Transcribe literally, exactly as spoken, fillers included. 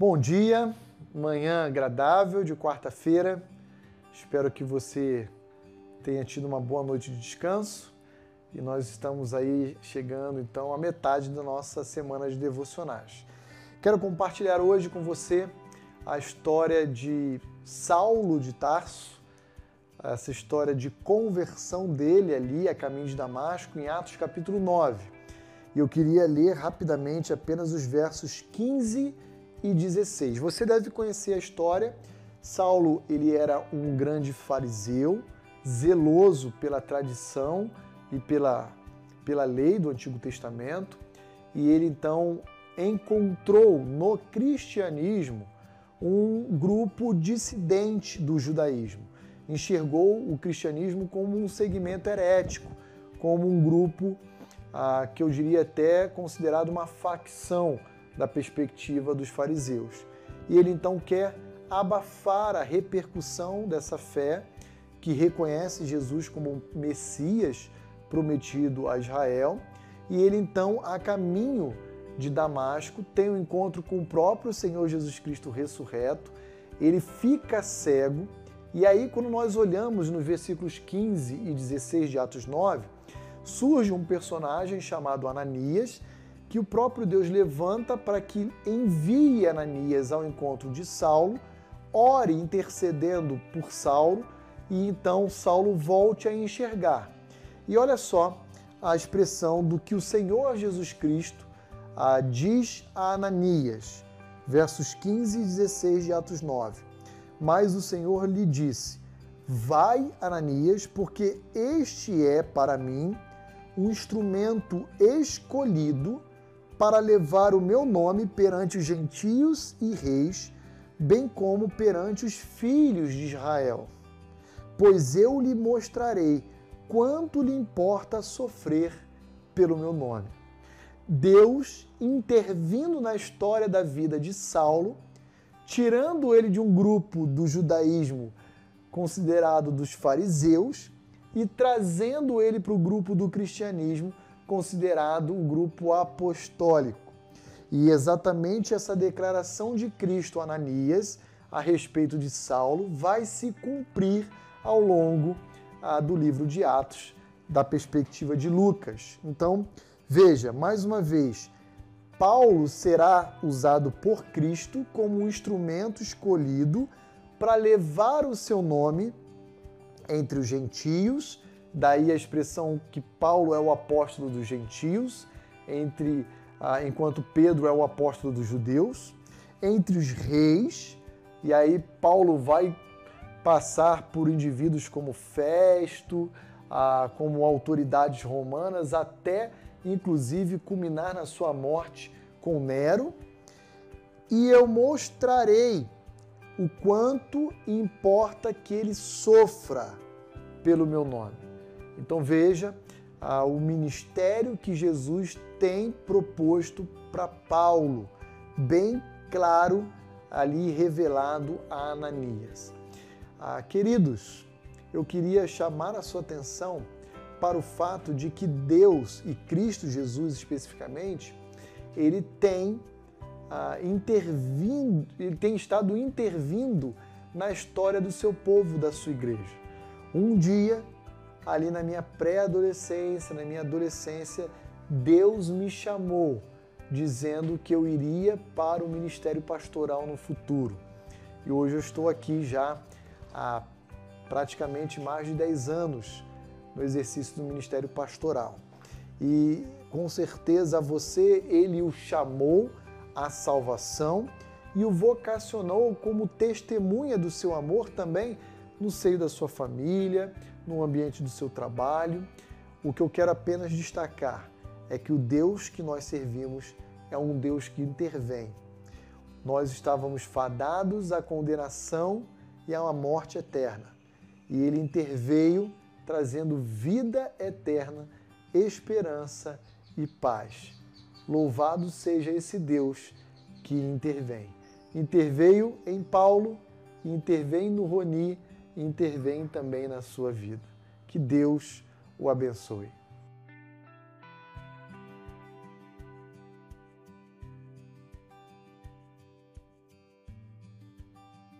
Bom dia, manhã agradável de quarta-feira. Espero que você tenha tido uma boa noite de descanso e nós estamos aí chegando então à metade da nossa semana de devocionais. Quero compartilhar hoje com você a história de Saulo de Tarso, essa história de conversão dele ali a caminho de Damasco em Atos capítulo nove. E eu queria ler rapidamente apenas os versos quinze e dezesseis. Você deve conhecer a história. Saulo, ele era um grande fariseu, zeloso pela tradição e pela, pela lei do Antigo Testamento, e ele então encontrou no cristianismo um grupo dissidente do judaísmo. Enxergou o cristianismo como um segmento herético, como um grupo ah, que eu diria até considerado uma facção da perspectiva dos fariseus. E ele então quer abafar a repercussão dessa fé que reconhece Jesus como Messias prometido a Israel, e ele então, a caminho de Damasco, tem um encontro com o próprio Senhor Jesus Cristo ressurreto, ele fica cego, e aí quando nós olhamos nos versículos quinze e dezesseis de Atos nove, surge um personagem chamado Ananias, que o próprio Deus levanta para que envie Ananias ao encontro de Saulo, ore intercedendo por Saulo, e então Saulo volte a enxergar. E olha só a expressão do que o Senhor Jesus Cristo ah, diz a Ananias, versos quinze e dezesseis de Atos nove. Mas o Senhor lhe disse: vai, Ananias, porque este é para mim um instrumento escolhido para levar o meu nome perante os gentios e reis, bem como perante os filhos de Israel. Pois eu lhe mostrarei quanto lhe importa sofrer pelo meu nome. Deus intervindo na história da vida de Saulo, tirando ele de um grupo do judaísmo considerado dos fariseus e trazendo ele para o grupo do cristianismo, considerado o grupo apostólico. E exatamente essa declaração de Cristo a Ananias a respeito de Saulo vai se cumprir ao longo ah, do livro de Atos, da perspectiva de Lucas. Então, veja, mais uma vez, Paulo será usado por Cristo como um instrumento escolhido para levar o seu nome entre os gentios, daí a expressão que Paulo é o apóstolo dos gentios, entre, ah, enquanto Pedro é o apóstolo dos judeus, entre os reis, e aí Paulo vai passar por indivíduos como Festo, ah, como autoridades romanas, até inclusive culminar na sua morte com Nero, e eu mostrarei o quanto importa que ele sofra pelo meu nome. Então veja ah, o ministério que Jesus tem proposto para Paulo, bem claro ali revelado a Ananias. Ah, queridos, eu queria chamar a sua atenção para o fato de que Deus, e Cristo Jesus especificamente, ele tem ah, intervindo, ele tem estado intervindo na história do seu povo, da sua igreja. Um dia, ali na minha pré-adolescência, na minha adolescência, Deus me chamou, dizendo que eu iria para o ministério pastoral no futuro. E hoje eu estou aqui já há praticamente mais de dez anos no exercício do ministério pastoral. E com certeza você, ele o chamou à salvação e o vocacionou como testemunha do seu amor também no seio da sua família, no ambiente do seu trabalho. O que eu quero apenas destacar é que o Deus que nós servimos é um Deus que intervém. Nós estávamos fadados à condenação e a uma morte eterna. E ele interveio trazendo vida eterna, esperança e paz. Louvado seja esse Deus que intervém. Interveio em Paulo, intervém no Roni, intervém também na sua vida. Que Deus o abençoe.